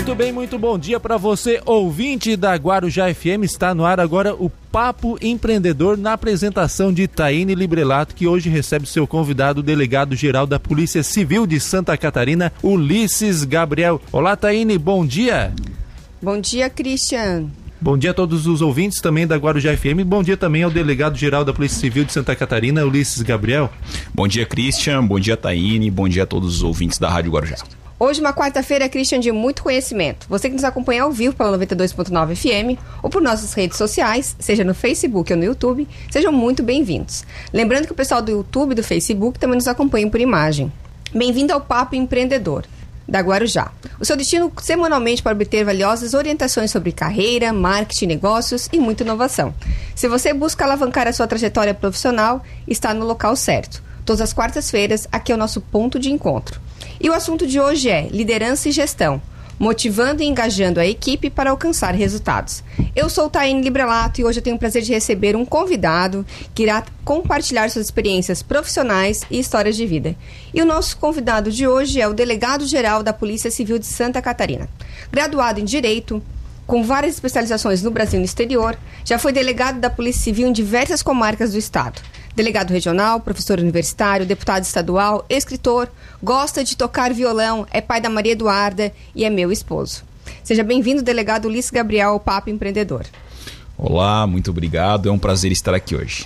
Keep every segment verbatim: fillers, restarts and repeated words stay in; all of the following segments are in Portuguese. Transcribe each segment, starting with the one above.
Muito bem, muito bom dia para você, ouvinte da Guarujá F M. Está no ar agora o Papo Empreendedor, na apresentação de Taine Librelato, que hoje recebe seu convidado, o delegado-geral da Polícia Civil de Santa Catarina, Ulisses Gabriel. Olá, Taine, bom dia. Bom dia, Christian. Bom dia a todos os ouvintes também da Guarujá F M. Bom dia também ao delegado-geral da Polícia Civil de Santa Catarina, Ulisses Gabriel. Bom dia, Christian. Bom dia, Taine. Bom dia a todos os ouvintes da Rádio Guarujá. Hoje, uma quarta-feira, Christian, de muito conhecimento. Você que nos acompanha ao vivo pela noventa e dois ponto nove F M ou por nossas redes sociais, seja no Facebook ou no YouTube, sejam muito bem-vindos. Lembrando que o pessoal do YouTube e do Facebook também nos acompanha por imagem. Bem-vindo ao Papo Empreendedor da Guarujá. O seu destino semanalmente para obter valiosas orientações sobre carreira, marketing, negócios e muita inovação. Se você busca alavancar a sua trajetória profissional, está no local certo. Todas as quartas-feiras, aqui é o nosso ponto de encontro. E o assunto de hoje é liderança e gestão, motivando e engajando a equipe para alcançar resultados. Eu sou Taine Librelato e hoje eu tenho o prazer de receber um convidado que irá compartilhar suas experiências profissionais e histórias de vida. E o nosso convidado de hoje é o delegado-geral da Polícia Civil de Santa Catarina. Graduado em Direito, com várias especializações no Brasil e no exterior, já foi delegado da Polícia Civil em diversas comarcas do estado. Delegado regional, professor universitário, deputado estadual, escritor, gosta de tocar violão, é pai da Maria Eduarda e é meu esposo. Seja bem-vindo, delegado Ulisses Gabriel, ao Papo Empreendedor. Olá, muito obrigado, é um prazer estar aqui hoje.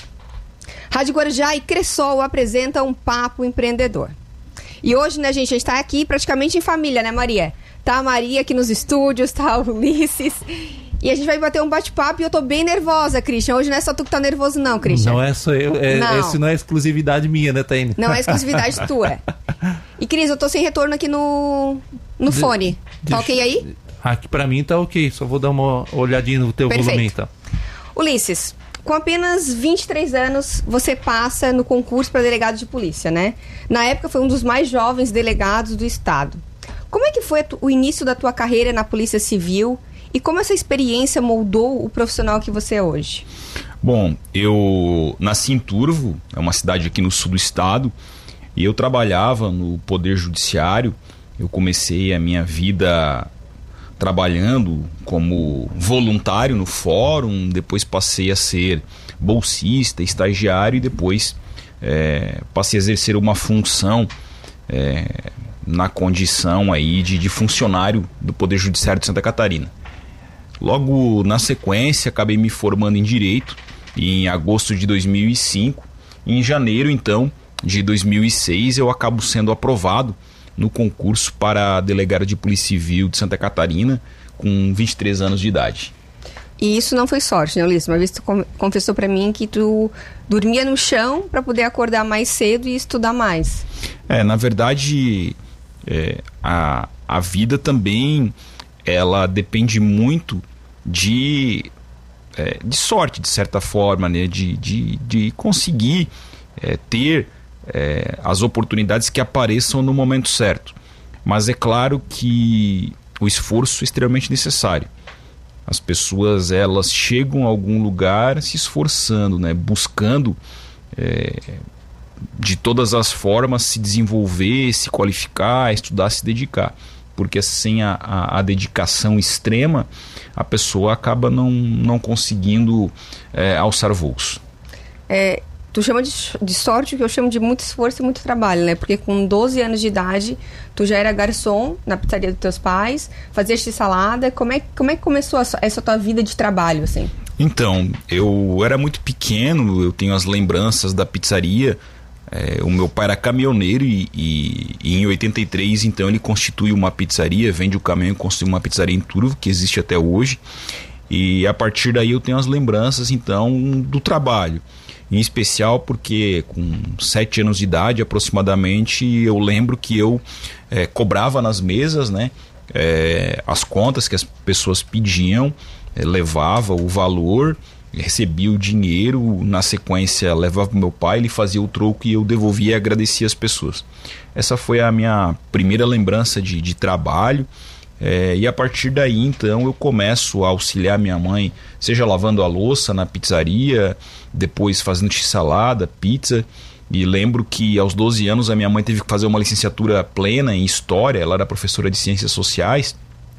Rádio Guarujá e Cressol apresentam um Papo Empreendedor. E hoje, né, gente, a gente está aqui praticamente em família, né, Maria? Tá a Maria aqui nos estúdios, tá o Ulisses. E a gente vai bater um bate-papo e eu tô bem nervosa, Christian. Hoje não é só tu que tá nervoso, não, Christian. Não é só eu. É, não. Esse não é exclusividade minha, né, Taine? Não é exclusividade tua. E, Cris, eu tô sem retorno aqui no, no de, fone. Tá deixa, ok aí? Aqui pra mim tá ok. Só vou dar uma olhadinha no teu Perfeito. volume, então. Ulisses, com apenas vinte e três anos, você passa no concurso para delegado de polícia, né? Na época foi um dos mais jovens delegados do estado. Como é que foi o início da tua carreira na Polícia Civil? E como essa experiência moldou o profissional que você é hoje? Bom, eu nasci em Turvo, é uma cidade aqui no sul do estado, e eu trabalhava no Poder Judiciário. Eu comecei a minha vida trabalhando como voluntário no fórum, depois passei a ser bolsista, estagiário e depois é, passei a exercer uma função é, na condição aí de, de funcionário do Poder Judiciário de Santa Catarina. Logo na sequência, acabei me formando em Direito em agosto de dois mil e cinco. E em janeiro, então, de dois mil e seis, eu acabo sendo aprovado no concurso para delegado de Polícia Civil de Santa Catarina com vinte e três anos de idade. E isso não foi sorte, né, Ulisses? Uma vez tu confessou para mim que tu dormia no chão para poder acordar mais cedo e estudar mais. É, na verdade, é, a, a vida também, ela depende muito de, é, de sorte, de certa forma, né? de, de, de conseguir é, ter é, as oportunidades que apareçam no momento certo. Mas é claro que o esforço é extremamente necessário. As pessoas, elas chegam a algum lugar se esforçando, né? Buscando é, de todas as formas se desenvolver, se qualificar, estudar, se dedicar. Porque sem a, a, a dedicação extrema, a pessoa acaba não, não conseguindo é, alçar voos. É, tu chama de, de sorte, o que eu chamo de muito esforço e muito trabalho, né? Porque com doze anos de idade, tu já era garçom na pizzaria dos teus pais, fazia x-salada. Como é, como é que começou a, essa tua vida de trabalho, assim? Então, eu era muito pequeno, eu tenho as lembranças da pizzaria. É, o meu pai era caminhoneiro e, e, e em oitenta e três, então, ele constitui uma pizzaria, vende o caminhão e constitui uma pizzaria em Turvo, que existe até hoje. E a partir daí eu tenho as lembranças, então, do trabalho. Em especial porque com sete anos de idade, aproximadamente, eu lembro que eu é, cobrava nas mesas, né, é, as contas que as pessoas pediam, é, levava o valor, recebia o dinheiro, na sequência levava para o meu pai, ele fazia o troco e eu devolvia e agradecia as pessoas. Essa foi a minha primeira lembrança de, de trabalho. É, e a partir daí, então, eu começo a auxiliar minha mãe, seja lavando a louça na pizzaria, depois fazendo x-salada, pizza. E lembro que aos doze anos a minha mãe teve que fazer uma licenciatura plena em História, ela era professora de Ciências Sociais.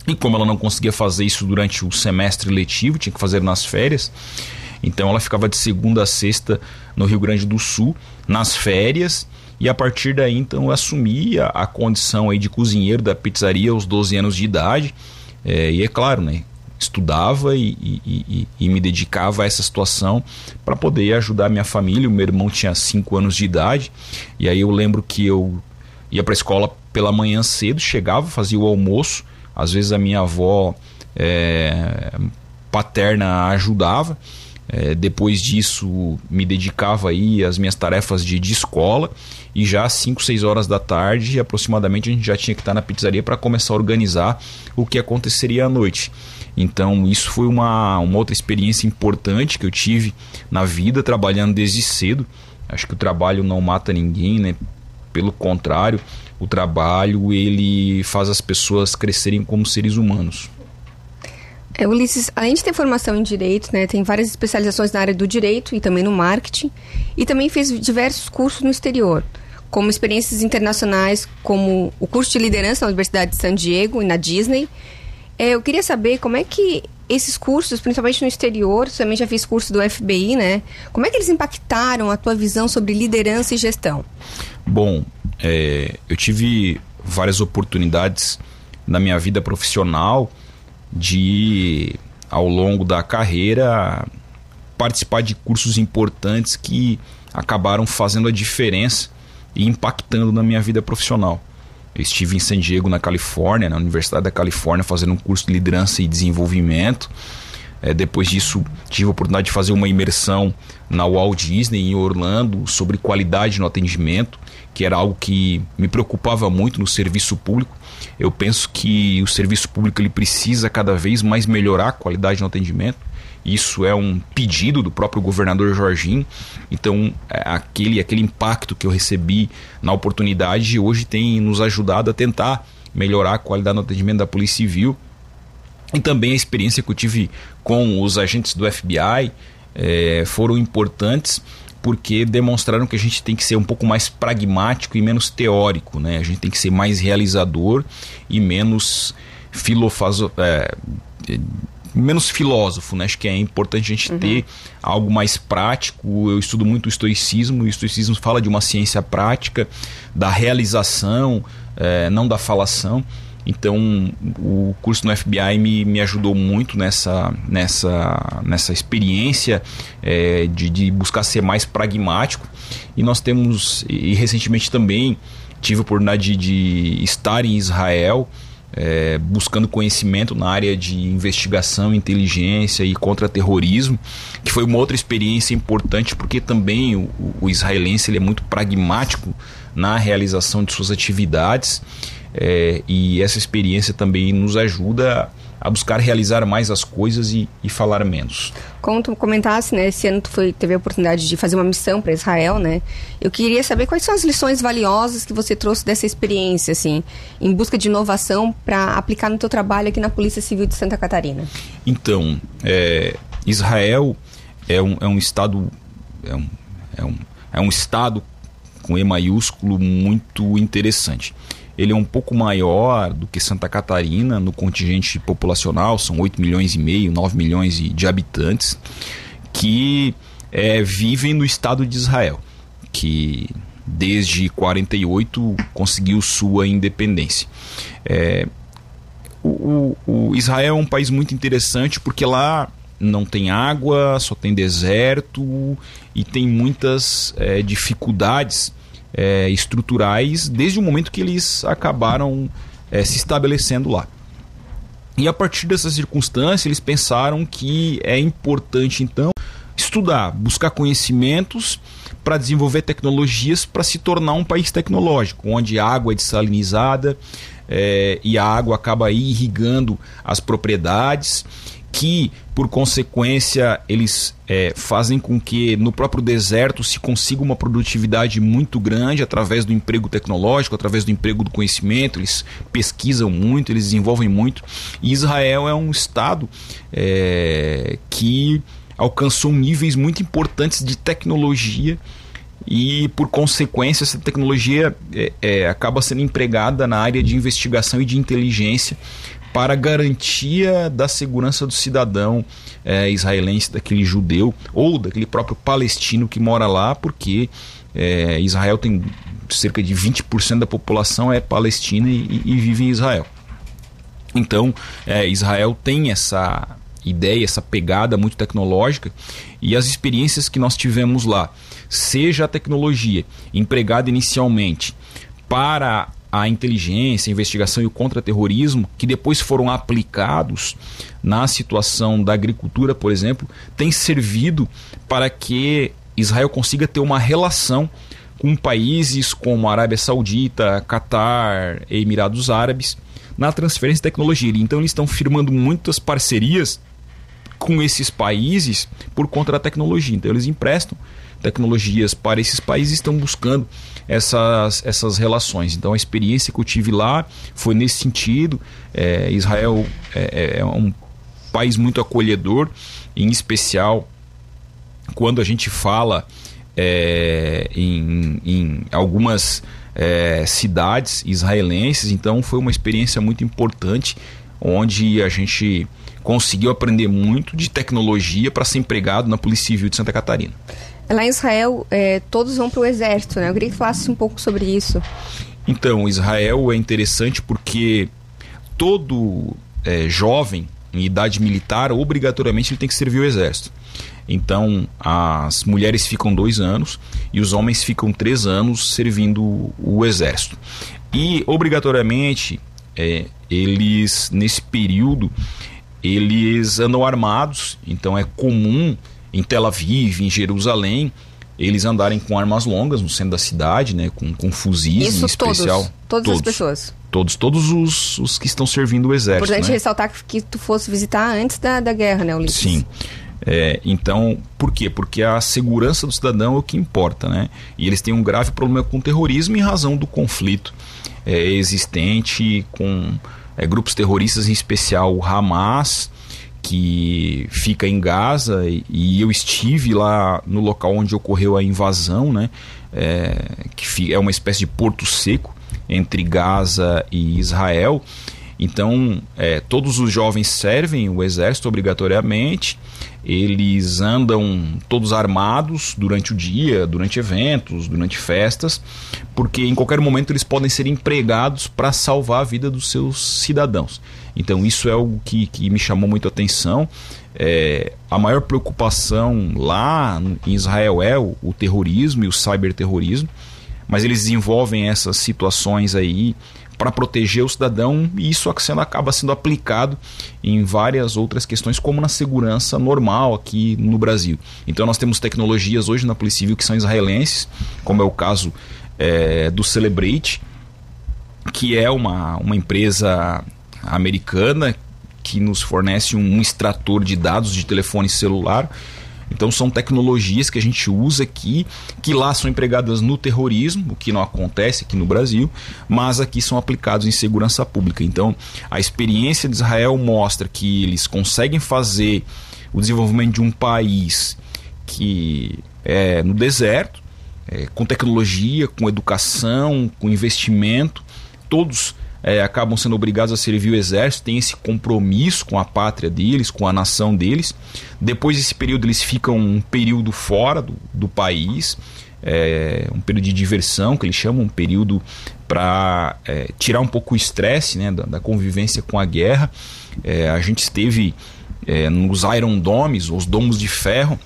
E como ela não conseguia fazer isso durante o semestre letivo, tinha que fazer nas férias, então ela ficava de segunda a sexta no Rio Grande do Sul, nas férias, e a partir daí então eu assumi a, a condição aí de cozinheiro da pizzaria aos doze anos de idade, é, e é claro, né, estudava e, e, e, e me dedicava a essa situação para poder ajudar a minha família. O meu irmão tinha cinco anos de idade, e aí eu lembro que eu ia para a escola pela manhã cedo, chegava, fazia o almoço, às vezes a minha avó é, paterna ajudava, é, depois disso me dedicava aí às minhas tarefas de, de escola, e já às cinco, seis horas da tarde aproximadamente a gente já tinha que estar na pizzaria para começar a organizar o que aconteceria à noite. Então isso foi uma, uma outra experiência importante que eu tive na vida, trabalhando desde cedo. Acho que o trabalho não mata ninguém, né? Pelo contrário, o trabalho ele faz as pessoas crescerem como seres humanos. É, Ulisses, além de ter formação em Direito, né, tem várias especializações na área do Direito e também no Marketing, e também fez diversos cursos no exterior, como experiências internacionais, como o curso de liderança na Universidade de San Diego e na Disney. É, eu queria saber como é que esses cursos, principalmente no exterior, você também já fez curso do F B I, né? Como é que eles impactaram a tua visão sobre liderança e gestão? Bom, é, eu tive várias oportunidades na minha vida profissional de, ao longo da carreira, participar de cursos importantes que acabaram fazendo a diferença e impactando na minha vida profissional. Eu estive em San Diego, na Califórnia, na Universidade da Califórnia, fazendo um curso de liderança e desenvolvimento. É, depois disso, tive a oportunidade de fazer uma imersão na Walt Disney, em Orlando, sobre qualidade no atendimento, que era algo que me preocupava muito no serviço público. Eu penso que o serviço público ele precisa cada vez mais melhorar a qualidade no atendimento. Isso é um pedido do próprio governador Jorginho. Então, aquele, aquele impacto que eu recebi na oportunidade hoje tem nos ajudado a tentar melhorar a qualidade no atendimento da Polícia Civil. E também a experiência que eu tive com os agentes do F B I é, foram importantes, porque demonstraram que a gente tem que ser um pouco mais pragmático e menos teórico, né? A gente tem que ser mais realizador e menos filofazo... É, menos filósofo, né? Acho que é importante a gente uhum. ter algo mais prático. Eu estudo muito o estoicismo, e o estoicismo fala de uma ciência prática, da realização, é, não da falação. Então, o curso no F B I me, me ajudou muito nessa, nessa, nessa experiência é, de, de buscar ser mais pragmático. E nós temos, e recentemente também tive a oportunidade de, de estar em Israel, É, buscando conhecimento na área de investigação, inteligência e contra-terrorismo, que foi uma outra experiência importante, porque também o, o israelense ele é muito pragmático na realização de suas atividades, é, e essa experiência também nos ajuda a buscar realizar mais as coisas e, e falar menos. Como tu comentasse, né, esse ano tu foi, teve a oportunidade de fazer uma missão para Israel, né? Eu queria saber quais são as lições valiosas que você trouxe dessa experiência, assim, em busca de inovação para aplicar no teu trabalho aqui na Polícia Civil de Santa Catarina. Então, é, Israel é um, é um estado é um, é um, é um estado com E maiúsculo muito interessante. Ele é um pouco maior do que Santa Catarina no contingente populacional, são oito milhões e meio, nove milhões de habitantes que é, vivem no Estado de Israel, que desde quarenta e oito conseguiu sua independência. É, o, o, o Israel é um país muito interessante porque lá não tem água, só tem deserto e tem muitas é, dificuldades É, estruturais desde o momento que eles acabaram é, se estabelecendo lá. E a partir dessas circunstâncias eles pensaram que é importante então estudar, buscar conhecimentos para desenvolver tecnologias para se tornar um país tecnológico, onde a água é dessalinizada é, e a água acaba aí irrigando as propriedades, que por consequência eles é, fazem com que no próprio deserto se consiga uma produtividade muito grande através do emprego tecnológico, através do emprego do conhecimento. Eles pesquisam muito, eles desenvolvem muito, e Israel é um estado é, que alcançou níveis muito importantes de tecnologia e por consequência essa tecnologia é, é, acaba sendo empregada na área de investigação e de inteligência para a garantia da segurança do cidadão é, israelense, daquele judeu ou daquele próprio palestino que mora lá, porque é, Israel tem cerca de vinte por cento da população é palestina e, e vive em Israel. Então, é, Israel tem essa ideia, essa pegada muito tecnológica, e as experiências que nós tivemos lá, seja a tecnologia empregada inicialmente para a inteligência, a investigação e o contra-terrorismo, que depois foram aplicados na situação da agricultura, por exemplo, tem servido para que Israel consiga ter uma relação com países como a Arábia Saudita, Catar, Emirados Árabes, na transferência de tecnologia. Então eles estão firmando muitas parcerias com esses países por conta da tecnologia. Então eles emprestam tecnologias para esses países e estão buscando essas, essas relações. Então a experiência que eu tive lá foi nesse sentido. É, Israel é, é um país muito acolhedor, em especial quando a gente fala é, em, em algumas é, cidades israelenses. Então foi uma experiência muito importante, onde a gente conseguiu aprender muito de tecnologia para ser empregado na Polícia Civil de Santa Catarina. Lá em Israel, é, todos vão para o exército, né? Eu queria que falasse um pouco sobre isso. Então, Israel é interessante porque todo é, jovem em idade militar, obrigatoriamente ele tem que servir o exército. Então, as mulheres ficam dois anos e os homens ficam três anos servindo o exército. E, obrigatoriamente, é, eles, nesse período, eles andam armados. Então, é comum em Tel Aviv, em Jerusalém, eles andarem com armas longas no centro da cidade, né, com, com fuzis. Isso em especial. Todos, todas todos, as pessoas. Todos, todos os, os que estão servindo o exército. Importante, né, ressaltar que, que tu fosse visitar antes da, da guerra, né, Ulisses? Sim. É, então, por quê? Porque a segurança do cidadão é o que importa, né? E eles têm um grave problema com o terrorismo em razão do conflito é, existente com é, grupos terroristas, em especial o Hamas, que fica em Gaza, e, e eu estive lá no local onde ocorreu a invasão, né? É, que é uma espécie de porto seco entre Gaza e Israel. Então, é, todos os jovens servem o exército obrigatoriamente, eles andam todos armados durante o dia, durante eventos, durante festas, porque em qualquer momento eles podem ser empregados para salvar a vida dos seus cidadãos. Então isso é algo que, que me chamou muito a atenção. É, a maior preocupação lá em Israel é o, o terrorismo e o cyberterrorismo, mas eles desenvolvem essas situações aí para proteger o cidadão, e isso acaba sendo aplicado em várias outras questões, como na segurança normal aqui no Brasil. Então nós temos tecnologias hoje na Polícia Civil que são israelenses, como é o caso é, do Celebrate, que é uma, uma empresa americana que nos fornece um, um extrator de dados de telefone celular. Então são tecnologias que a gente usa aqui, que lá são empregadas no terrorismo, o que não acontece aqui no Brasil, mas aqui são aplicados em segurança pública. Então a experiência de Israel mostra que eles conseguem fazer o desenvolvimento de um país que é no deserto, é, com tecnologia, com educação, com investimento. Todos É, acabam sendo obrigados a servir o exército, têm esse compromisso com a pátria deles, com a nação deles. Depois desse período eles ficam um período fora do, do país, é, um período de diversão, que eles chamam, um período para é, tirar um pouco o estresse, né, da, da convivência com a guerra. É, a gente esteve é, nos Iron Domes, os domos de ferro,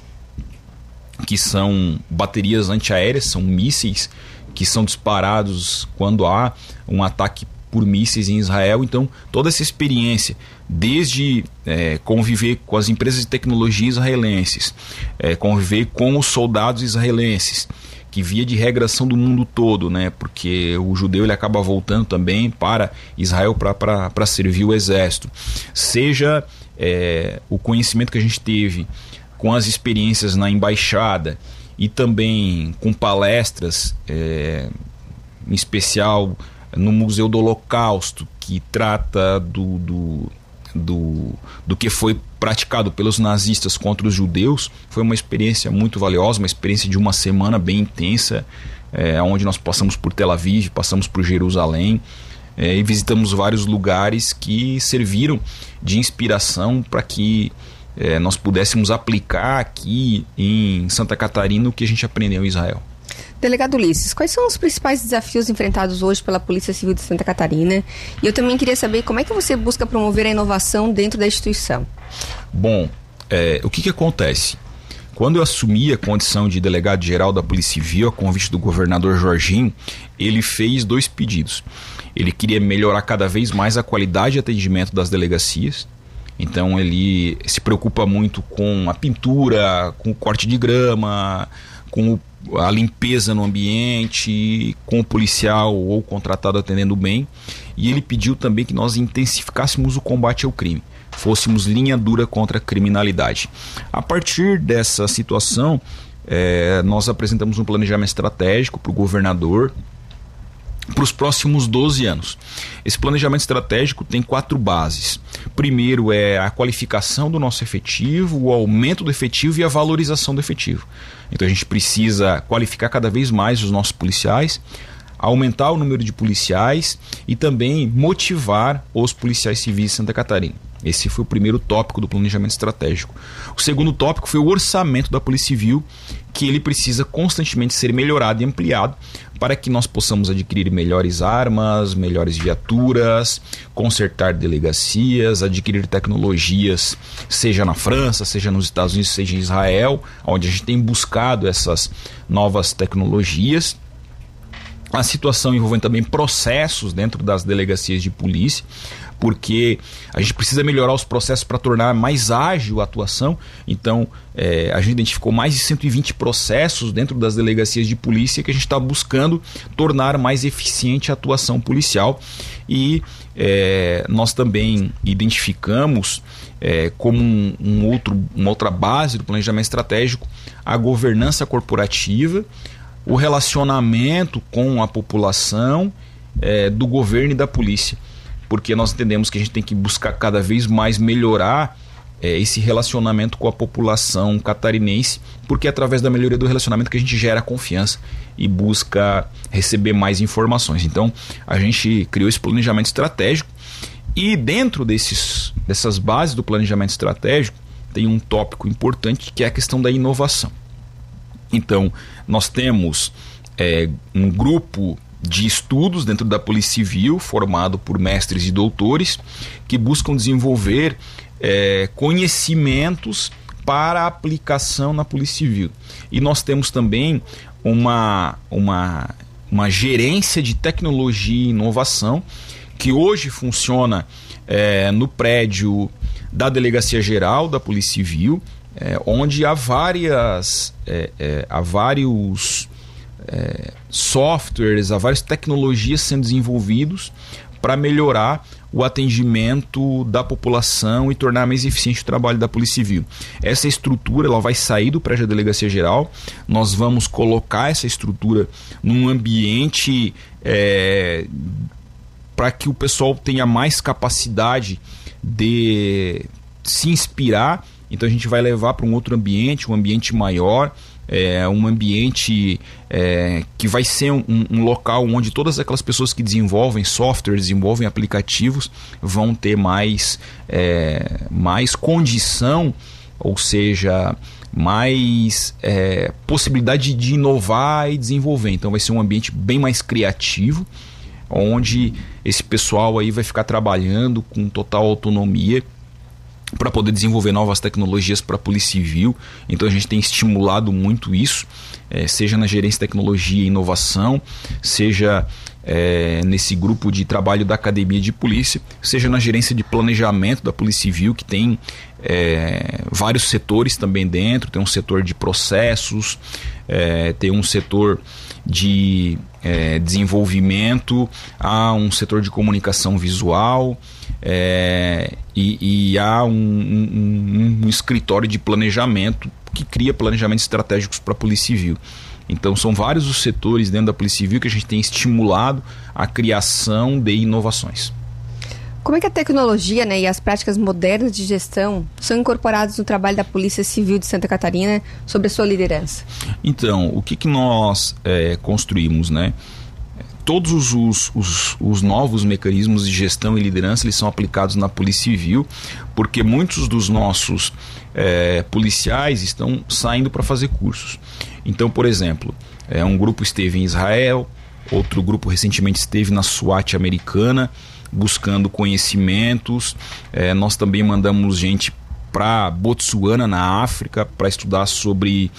que são baterias antiaéreas, são mísseis que são disparados quando há um ataque por mísseis em Israel. Então toda essa experiência, desde é, conviver com as empresas de tecnologia israelenses, é, conviver com os soldados israelenses, que via de regra são do mundo todo, né? Porque o judeu ele acaba voltando também para Israel para servir o exército, seja é, o conhecimento que a gente teve com as experiências na embaixada e também com palestras, é, em especial no Museu do Holocausto, que trata do, do, do, do que foi praticado pelos nazistas contra os judeus. Foi uma experiência muito valiosa, uma experiência de uma semana bem intensa, é, onde nós passamos por Tel Aviv, passamos por Jerusalém, é, e visitamos vários lugares que serviram de inspiração para que é, nós pudéssemos aplicar aqui em Santa Catarina o que a gente aprendeu em Israel. Delegado Ulisses, quais são os principais desafios enfrentados hoje pela Polícia Civil de Santa Catarina? E eu também queria saber como é que você busca promover a inovação dentro da instituição. Bom, é, o que, que acontece? Quando eu assumi a condição de delegado-geral da Polícia Civil, a convite do governador Jorginho, ele fez dois pedidos. Ele queria melhorar cada vez mais a qualidade de atendimento das delegacias. Então ele se preocupa muito com a pintura, com o corte de grama, com o a limpeza no ambiente, com o policial ou contratado atendendo bem. E ele pediu também que nós intensificássemos o combate ao crime, fôssemos linha dura contra a criminalidade. A partir dessa situação, é, nós apresentamos um planejamento estratégico para o governador para os próximos doze anos. Esse planejamento estratégico tem quatro bases. Primeiro é a qualificação do nosso efetivo, o aumento do efetivo e a valorização do efetivo. Então a gente precisa qualificar cada vez mais os nossos policiais, aumentar o número de policiais e também motivar os policiais civis de Santa Catarina. Esse foi o primeiro tópico do planejamento estratégico. O segundo tópico foi o orçamento da Polícia Civil, que ele precisa constantemente ser melhorado e ampliado para que nós possamos adquirir melhores armas, melhores viaturas, consertar delegacias, adquirir tecnologias, seja na França, seja nos Estados Unidos, seja em Israel, onde a gente tem buscado essas novas tecnologias. A situação envolvendo também processos dentro das delegacias de polícia, porque a gente precisa melhorar os processos para tornar mais ágil a atuação. Então, é, a gente identificou mais de cento e vinte processos dentro das delegacias de polícia que a gente está buscando tornar mais eficiente a atuação policial. E é, nós também identificamos é, como um, um outro, uma outra base do planejamento estratégico a governança corporativa, o relacionamento com a população, é, do governo e da polícia, porque nós entendemos que a gente tem que buscar cada vez mais melhorar é, esse relacionamento com a população catarinense, porque é através da melhoria do relacionamento que a gente gera confiança e busca receber mais informações. Então a gente criou esse planejamento estratégico e dentro desses, dessas bases do planejamento estratégico tem um tópico importante que é a questão da inovação. Então, nós temos é, um grupo de estudos dentro da Polícia Civil, formado por mestres e doutores, que buscam desenvolver é, conhecimentos para aplicação na Polícia Civil. E nós temos também uma, uma, uma gerência de tecnologia e inovação, que hoje funciona é, no prédio da Delegacia Geral da Polícia Civil, É, onde há várias é, é, há vários é, softwares, há várias tecnologias sendo desenvolvidos para melhorar o atendimento da população e tornar mais eficiente o trabalho da Polícia Civil. Essa estrutura ela vai sair do prédio da Delegacia Geral, nós vamos colocar essa estrutura num ambiente é, para que o pessoal tenha mais capacidade de se inspirar. Então a gente vai levar para um outro ambiente, um ambiente maior, é, um ambiente é, que vai ser um, um local onde todas aquelas pessoas que desenvolvem softwares, desenvolvem aplicativos, vão ter mais, é, mais condição, ou seja, mais é, possibilidade de inovar e desenvolver. Então vai ser um ambiente bem mais criativo, onde esse pessoal aí vai ficar trabalhando com total autonomia para poder desenvolver novas tecnologias para a Polícia Civil. Então a gente tem estimulado muito isso, é, seja na gerência de tecnologia e inovação, seja é, nesse grupo de trabalho da Academia de Polícia, seja na gerência de planejamento da Polícia Civil, que tem é, vários setores também dentro. Tem um setor de processos, é, tem um setor de é, desenvolvimento, há um setor de comunicação visual, é, e, e há um, um, um escritório de planejamento que cria planejamentos estratégicos para a Polícia Civil. Então são vários os setores dentro da Polícia Civil que a gente tem estimulado a criação de inovações. Como é que a tecnologia, né, e as práticas modernas de gestão são incorporadas no trabalho da Polícia Civil de Santa Catarina sob a sua liderança? Então, o que, que nós é, construímos, né? todos os, os, os, os novos mecanismos de gestão e liderança, eles são aplicados na Polícia Civil, porque muitos dos nossos é, policiais estão saindo para fazer cursos. Então, por exemplo, é, um grupo esteve em Israel, outro grupo recentemente esteve na SWAT americana, buscando conhecimentos. É, nós também mandamos gente para Botsuana, na África, para estudar sobre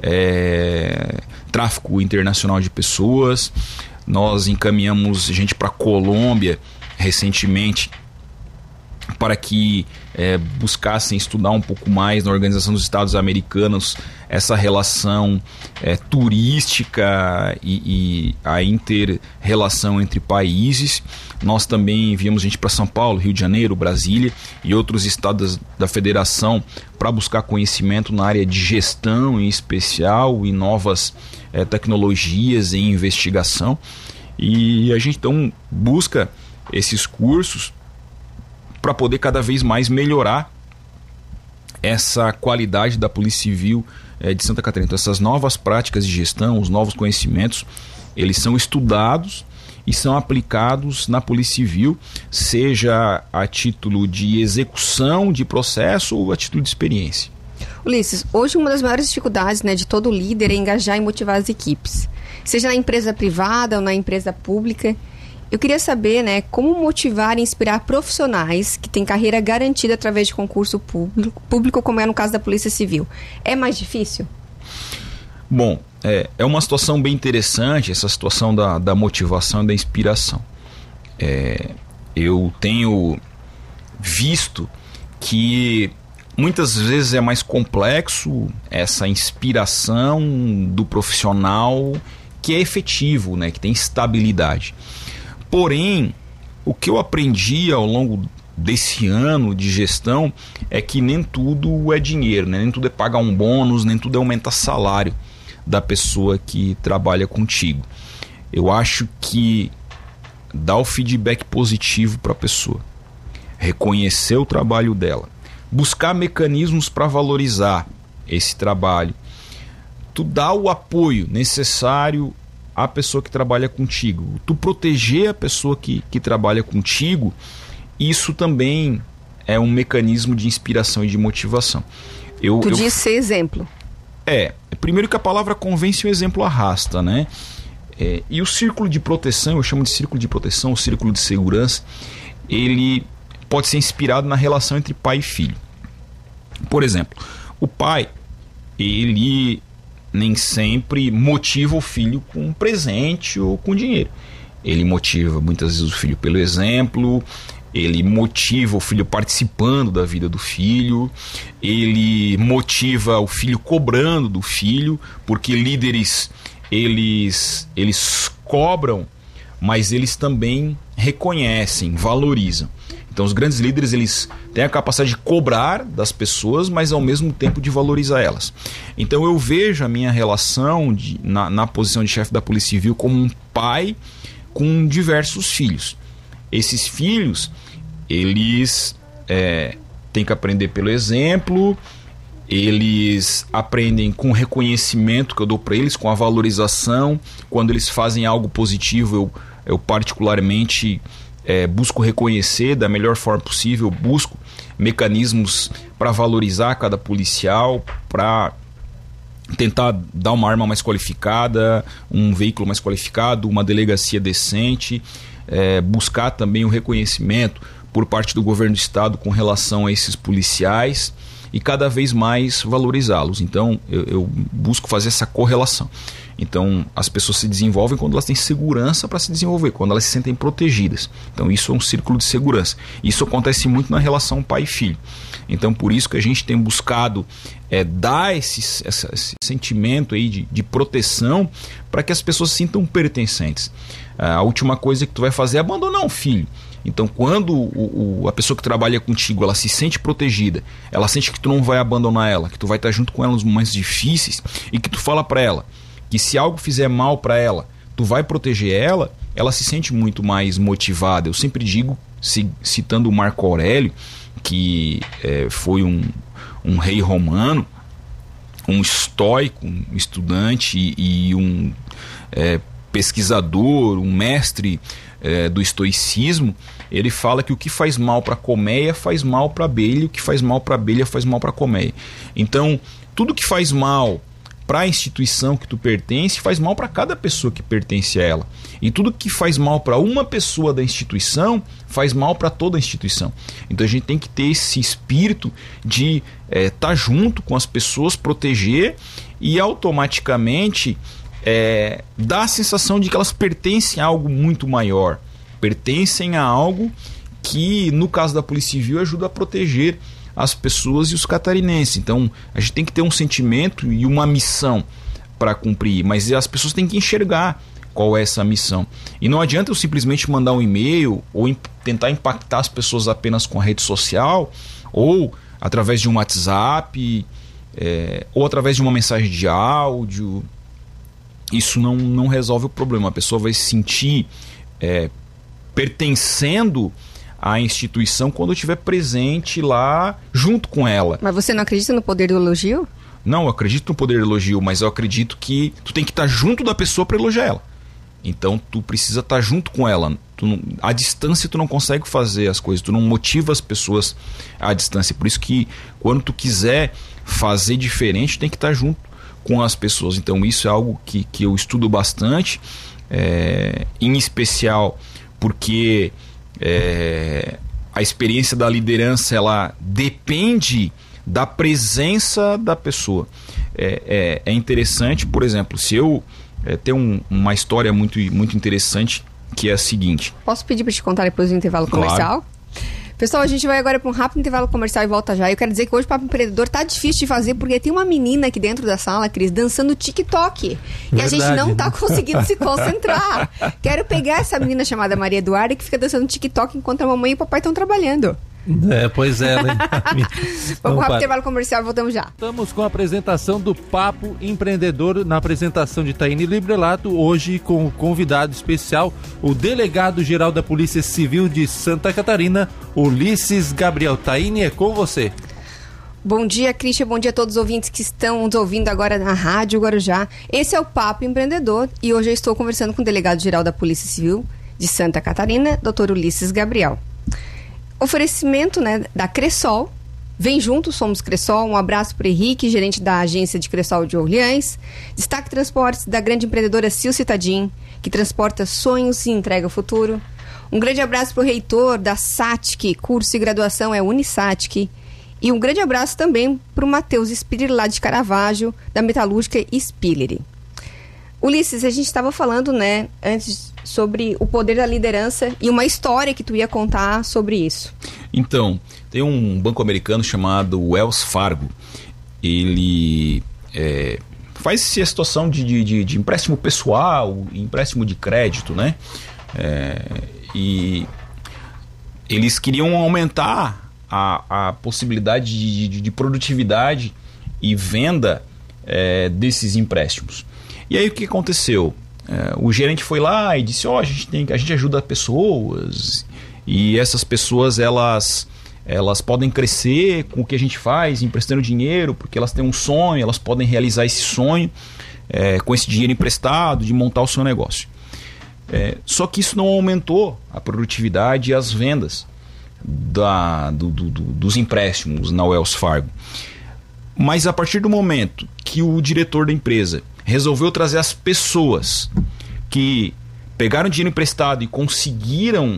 é, tráfico internacional de pessoas. Nós encaminhamos gente para Colômbia recentemente para que é, buscassem estudar um pouco mais na Organização dos Estados Americanos essa relação é, turística e, e a inter-relação entre países. Nós também enviamos gente para São Paulo, Rio de Janeiro, Brasília e outros estados da federação para buscar conhecimento na área de gestão em especial e novas é, tecnologias em investigação. E a gente então busca esses cursos para poder cada vez mais melhorar essa qualidade da Polícia Civil é, de Santa Catarina. Então, essas novas práticas de gestão, os novos conhecimentos, eles são estudados e são aplicados na Polícia Civil, seja a título de execução de processo ou a título de experiência. Ulisses, hoje uma das maiores dificuldades, né, de todo líder é engajar e motivar as equipes, seja na empresa privada ou na empresa pública. Eu queria saber, né, como motivar e inspirar profissionais que têm carreira garantida através de concurso público, público, como é no caso da Polícia Civil. É mais difícil? Bom, é, é uma situação bem interessante, essa situação da, da motivação e da inspiração. É, eu tenho visto que muitas vezes é mais complexo essa inspiração do profissional que é efetivo, né, que tem estabilidade. Porém, o que eu aprendi ao longo desse ano de gestão é que nem tudo é dinheiro, né? Nem tudo é pagar um bônus, nem tudo é aumentar salário da pessoa que trabalha contigo. Eu acho que dar o feedback positivo para a pessoa, reconhecer o trabalho dela, buscar mecanismos para valorizar esse trabalho, tu dá o apoio necessário a pessoa que trabalha contigo, tu proteger a pessoa que, que trabalha contigo, isso também é um mecanismo de inspiração e de motivação. Eu, tu eu, diz ser exemplo. É, primeiro que a palavra convence e o exemplo arrasta, né? É, e o círculo de proteção, eu chamo de círculo de proteção, o círculo de segurança, ele pode ser inspirado na relação entre pai e filho. Por exemplo, o pai, ele nem sempre motiva o filho com um presente ou com dinheiro. Ele motiva muitas vezes o filho pelo exemplo, ele motiva o filho participando da vida do filho, ele motiva o filho cobrando do filho, porque líderes, eles, eles cobram, mas eles também reconhecem, valorizam. Então os grandes líderes, eles têm a capacidade de cobrar das pessoas, mas ao mesmo tempo de valorizar elas. Então eu vejo a minha relação de, na, na posição de chefe da Polícia Civil como um pai com diversos filhos. Esses filhos, eles é, têm que aprender pelo exemplo, eles aprendem com o reconhecimento que eu dou para eles, com a valorização. Quando eles fazem algo positivo, eu, eu particularmente é, busco reconhecer da melhor forma possível, busco mecanismos para valorizar cada policial, para tentar dar uma arma mais qualificada, um veículo mais qualificado, uma delegacia decente, é, buscar também o reconhecimento por parte do governo do estado com relação a esses policiais e cada vez mais valorizá-los. Então eu, eu busco fazer essa correlação. Então as pessoas se desenvolvem quando elas têm segurança para se desenvolver, quando elas se sentem protegidas. Então isso é um círculo de segurança. Isso acontece muito na relação pai e filho. Então por isso que a gente tem buscado é, dar esse, essa, esse sentimento aí de, de proteção para que as pessoas se sintam pertencentes. A última coisa que tu vai fazer é abandonar um filho. Então quando o, o, a pessoa que trabalha contigo, ela se sente protegida, ela sente que tu não vai abandonar ela, que tu vai estar junto com ela nos momentos difíceis e que tu fala para ela que se algo fizer mal para ela, tu vai proteger ela, ela se sente muito mais motivada. Eu sempre digo, citando o Marco Aurélio, que é, foi um, um rei romano, um estoico, um estudante e um é, pesquisador, um mestre é, do estoicismo, ele fala que o que faz mal para a colmeia faz mal para a abelha, o que faz mal para a abelha faz mal para a colmeia. Então, tudo que faz mal para a instituição que tu pertence faz mal para cada pessoa que pertence a ela. E tudo que faz mal para uma pessoa da instituição faz mal para toda a instituição. Então a gente tem que ter esse espírito de estar é, tá junto com as pessoas, proteger e automaticamente é, dar a sensação de que elas pertencem a algo muito maior. Pertencem a algo que, no caso da Polícia Civil, ajuda a proteger as pessoas e os catarinenses. Então a gente tem que ter um sentimento e uma missão para cumprir, mas as pessoas têm que enxergar qual é essa missão. E não adianta eu simplesmente mandar um e-mail ou imp- tentar impactar as pessoas apenas com a rede social ou através de um WhatsApp é, ou através de uma mensagem de áudio. Isso não, não resolve o problema. A pessoa vai se sentir é, pertencendo à instituição quando eu estiver presente lá junto com ela. Mas você não acredita no poder do elogio? Não, eu acredito no poder do elogio, mas eu acredito que tu tem que estar junto da pessoa para elogiar ela. Então tu precisa estar junto com ela. Tu não, à distância tu não consegue fazer as coisas, tu não motiva as pessoas à distância. Por isso que quando tu quiser fazer diferente, tem que estar junto com as pessoas. Então isso é algo que, que eu estudo bastante, é, em especial porque é, a experiência da liderança ela depende da presença da pessoa. É, é, é interessante, por exemplo, se eu é, tenho um, uma história muito, muito interessante, que é a seguinte. Posso pedir para te contar depois do intervalo comercial? Claro. Pessoal, a gente vai agora para um rápido intervalo comercial e volta já. Eu quero dizer que hoje o Papo Empreendedor tá difícil de fazer porque tem uma menina aqui dentro da sala, Cris, dançando TikTok. Verdade, e a gente não tá conseguindo se concentrar. Quero pegar essa menina chamada Maria Eduarda que fica dançando TikTok enquanto a mamãe e o papai estão trabalhando. É, pois é, né? Vamos rápido intervalo comercial e voltamos já. Estamos com a apresentação do Papo Empreendedor, na apresentação de Thaíne Librelato, hoje com o convidado especial, o delegado-geral da Polícia Civil de Santa Catarina, Ulisses Gabriel. Thaíne, é com você. Bom dia, Christian, bom dia a todos os ouvintes que estão nos ouvindo agora na Rádio Guarujá. Esse é o Papo Empreendedor e hoje eu estou conversando com o delegado-geral da Polícia Civil de Santa Catarina, doutor Ulisses Gabriel. Oferecimento, né, da Cressol. Vem junto, somos Cressol. Um abraço para o Henrique, gerente da agência de Cressol de Orleans. Destaque Transportes da grande empreendedora Sil Citadin, que transporta sonhos e entrega o futuro. Um grande abraço para o reitor da S A T C, curso e graduação é Unisatic. E um grande abraço também para o Matheus Spiller, lá de Caravaggio, da metalúrgica Spiller. Ulisses, a gente estava falando, né, antes sobre o poder da liderança e uma história que tu ia contar sobre isso. Então, tem um banco americano chamado Wells Fargo. Ele é, faz essa situação de, de, de empréstimo pessoal, empréstimo de crédito, né? É, e eles queriam aumentar a, a possibilidade de, de, de produtividade e venda é, desses empréstimos. E aí o que aconteceu? É, o gerente foi lá e disse, ó, oh, a gente tem, a gente ajuda pessoas e essas pessoas elas, elas podem crescer com o que a gente faz, emprestando dinheiro, porque elas têm um sonho, elas podem realizar esse sonho é, com esse dinheiro emprestado, de montar o seu negócio. É, só que isso não aumentou a produtividade e as vendas da, do, do, do, dos empréstimos na Wells Fargo. Mas a partir do momento que o diretor da empresa resolveu trazer as pessoas que pegaram dinheiro emprestado e conseguiram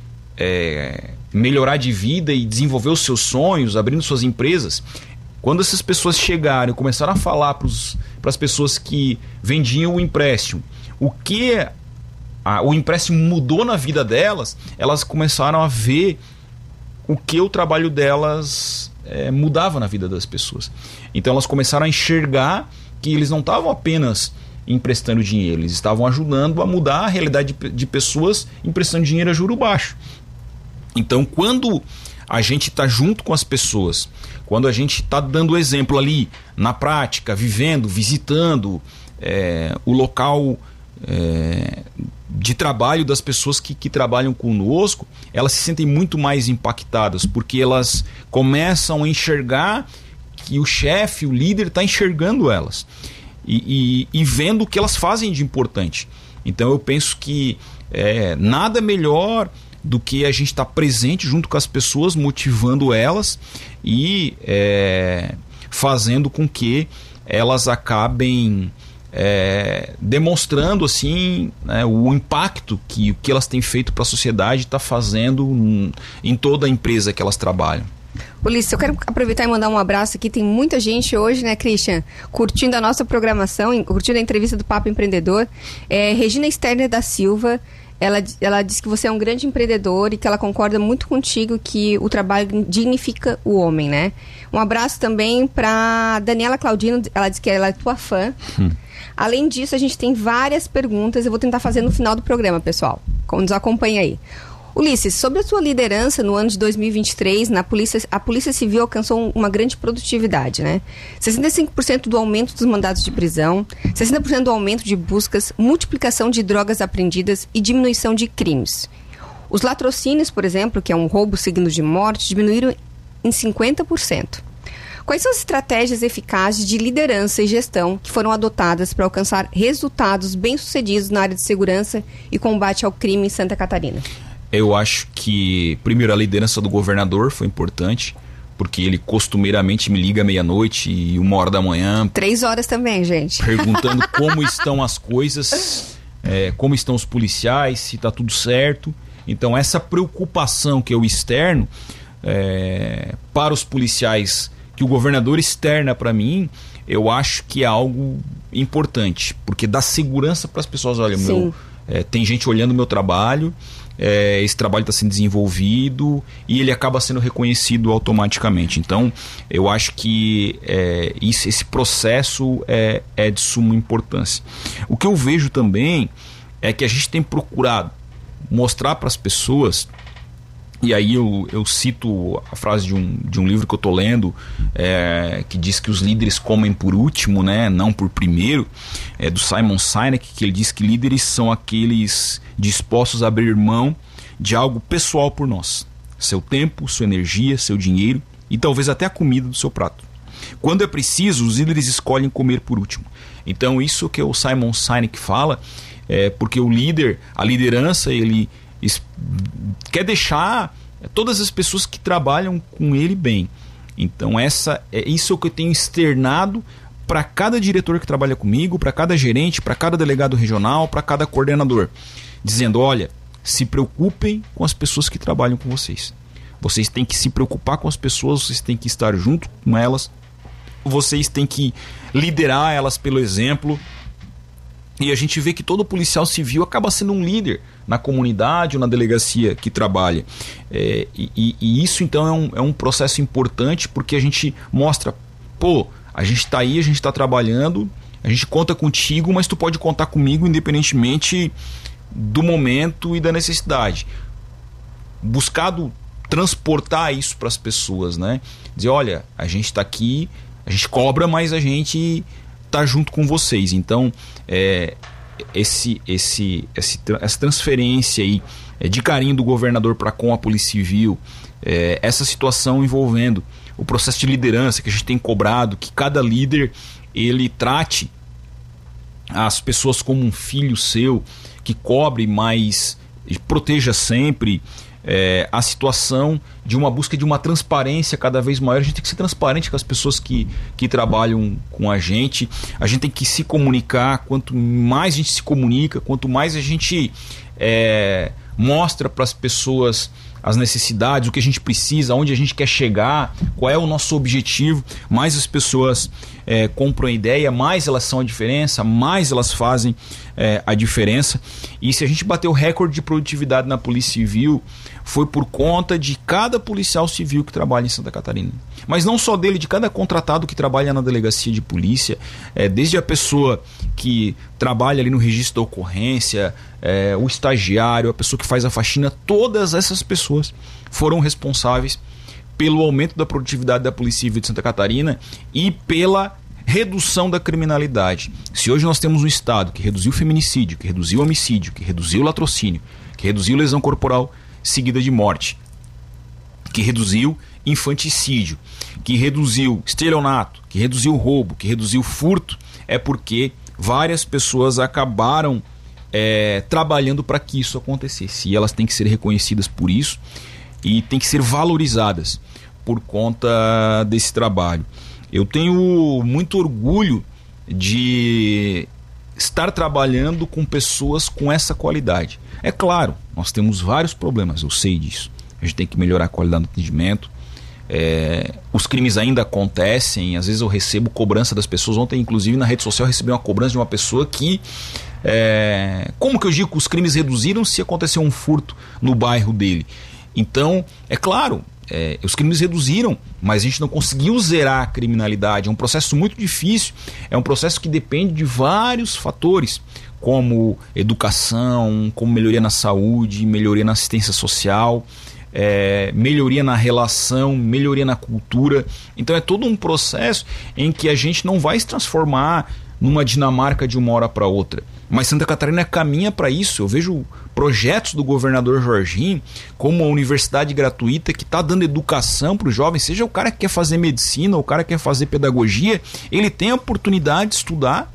é, melhorar de vida e desenvolver os seus sonhos, abrindo suas empresas, quando essas pessoas chegaram e começaram a falar para as pessoas que vendiam o empréstimo, o que a, o empréstimo mudou na vida delas, elas começaram a ver o que o trabalho delas é, mudava na vida das pessoas. Então elas começaram a enxergar que eles não estavam apenas emprestando dinheiro, eles estavam ajudando a mudar a realidade de, de pessoas emprestando dinheiro a juro baixo. Então, quando a gente está junto com as pessoas, quando a gente está dando exemplo ali, na prática, vivendo, visitando é, o local é, de trabalho das pessoas que, que trabalham conosco, elas se sentem muito mais impactadas, porque elas começam a enxergar que o chefe, o líder, está enxergando elas e, e, e vendo o que elas fazem de importante. Então eu penso que é, nada melhor do que a gente estar tá presente junto com as pessoas, motivando elas e é, fazendo com que elas acabem é, demonstrando assim, né, o impacto que o que elas têm feito para a sociedade está fazendo em, em toda a empresa que elas trabalham. Ulisses, eu quero aproveitar e mandar um abraço aqui. Tem muita gente hoje, né, Christian, curtindo a nossa programação, curtindo a entrevista do Papo Empreendedor. É, Regina Sterner da Silva, ela, ela disse que você é um grande empreendedor e que ela concorda muito contigo que o trabalho dignifica o homem, né? Um abraço também para Daniela Claudino, ela disse que ela é tua fã. Hum. Além disso, a gente tem várias perguntas, eu vou tentar fazer no final do programa, pessoal. Nos acompanha aí. Ulisses, sobre a sua liderança no ano de dois mil e vinte e três, na polícia, a Polícia Civil alcançou uma grande produtividade, né? sessenta e cinco por cento do aumento dos mandados de prisão, sessenta por cento do aumento de buscas, multiplicação de drogas apreendidas e diminuição de crimes. Os latrocínios, por exemplo, que é um roubo seguido de morte, diminuíram em cinquenta por cento. Quais são as estratégias eficazes de liderança e gestão que foram adotadas para alcançar resultados bem-sucedidos na área de segurança e combate ao crime em Santa Catarina? Eu acho que, primeiro, a liderança do governador foi importante, porque ele costumeiramente me liga meia-noite e uma hora da manhã. Três horas também, gente. Perguntando como estão as coisas, é, como estão os policiais, se está tudo certo. Então, essa preocupação que eu externo é, para os policiais, que o governador externa para mim, eu acho que é algo importante, porque dá segurança para as pessoas. Olha, meu, é, tem gente olhando o meu trabalho. É, esse trabalho está sendo desenvolvido e ele acaba sendo reconhecido automaticamente. Então, eu acho que é, isso, esse processo é, é de suma importância. O que eu vejo também é que a gente tem procurado mostrar para as pessoas, e aí eu, eu cito a frase de um, de um livro que eu estou lendo, é, que diz que os líderes comem por último, né, não por primeiro, é do Simon Sinek, que ele diz que líderes são aqueles dispostos a abrir mão de algo pessoal por nós. Seu tempo, sua energia, seu dinheiro e talvez até a comida do seu prato. Quando é preciso, os líderes escolhem comer por último. Então isso que o Simon Sinek fala, é porque o líder, a liderança, ele quer deixar todas as pessoas que trabalham com ele bem. Então essa, é isso que eu tenho externado para cada diretor que trabalha comigo, para cada gerente, para cada delegado regional, para cada coordenador, dizendo, olha, se preocupem com as pessoas que trabalham com vocês. Vocês têm que se preocupar com as pessoas, vocês têm que estar junto com elas, vocês têm que liderar elas pelo exemplo. E a gente vê que todo policial civil acaba sendo um líder na comunidade ou na delegacia que trabalha. É, e, e isso então é um, é um processo importante, porque a gente mostra, pô, a gente está aí, a gente está trabalhando, a gente conta contigo, mas tu pode contar comigo independentemente do momento e da necessidade. Buscado transportar isso para as pessoas, né? Dizer, olha, a gente está aqui, a gente cobra, mas a gente tá junto com vocês. Então, é, esse, esse, esse, essa transferência aí, é, de carinho do governador para com a Polícia Civil, é, essa situação envolvendo o processo de liderança que a gente tem cobrado, que cada líder ele trate as pessoas como um filho seu, que cobre, mas proteja sempre. É, a situação de uma busca de uma transparência cada vez maior. A gente tem que ser transparente com as pessoas que, que trabalham com a gente. A gente tem que se comunicar. Quanto mais a gente se comunica, quanto mais a gente é, mostra para as pessoas as necessidades, o que a gente precisa, onde a gente quer chegar, qual é o nosso objetivo, mais as pessoas é, compram a ideia, mais elas são a diferença, mais elas fazem é, a diferença. E se a gente bater o recorde de produtividade na Polícia Civil, foi por conta de cada policial civil que trabalha em Santa Catarina. Mas não só dele, de cada contratado que trabalha na delegacia de polícia, é, desde a pessoa que trabalha ali no registro da ocorrência, é, o estagiário, a pessoa que faz a faxina, todas essas pessoas foram responsáveis pelo aumento da produtividade da Polícia Civil de Santa Catarina e pela redução da criminalidade. Se hoje nós temos um estado que reduziu o feminicídio, que reduziu o homicídio, que reduziu o latrocínio, que reduziu lesão corporal seguida de morte, que reduziu infanticídio, que reduziu estelionato, que reduziu roubo, que reduziu furto, é porque várias pessoas acabaram é, trabalhando para que isso acontecesse. E elas têm que ser reconhecidas por isso e têm que ser valorizadas por conta desse trabalho. Eu tenho muito orgulho de estar trabalhando com pessoas com essa qualidade. É claro, nós temos vários problemas, eu sei disso. A gente tem que melhorar a qualidade do atendimento. É, os crimes ainda acontecem, às vezes eu recebo cobrança das pessoas. Ontem, inclusive, na rede social, eu recebi uma cobrança de uma pessoa que... É, como que eu digo que os crimes reduziram se aconteceu um furto no bairro dele? Então, é claro... É, os crimes reduziram, mas a gente não conseguiu zerar a criminalidade. É um processo muito difícil, é um processo que depende de vários fatores, como educação, como melhoria na saúde, melhoria na assistência social, é, melhoria na relação, melhoria na cultura. Então é todo um processo em que a gente não vai se transformar numa Dinamarca de uma hora para outra. Mas Santa Catarina caminha para isso. Eu vejo projetos do governador Jorginho, como a universidade gratuita que está dando educação para os jovens, seja o cara que quer fazer medicina, ou o cara que quer fazer pedagogia, ele tem a oportunidade de estudar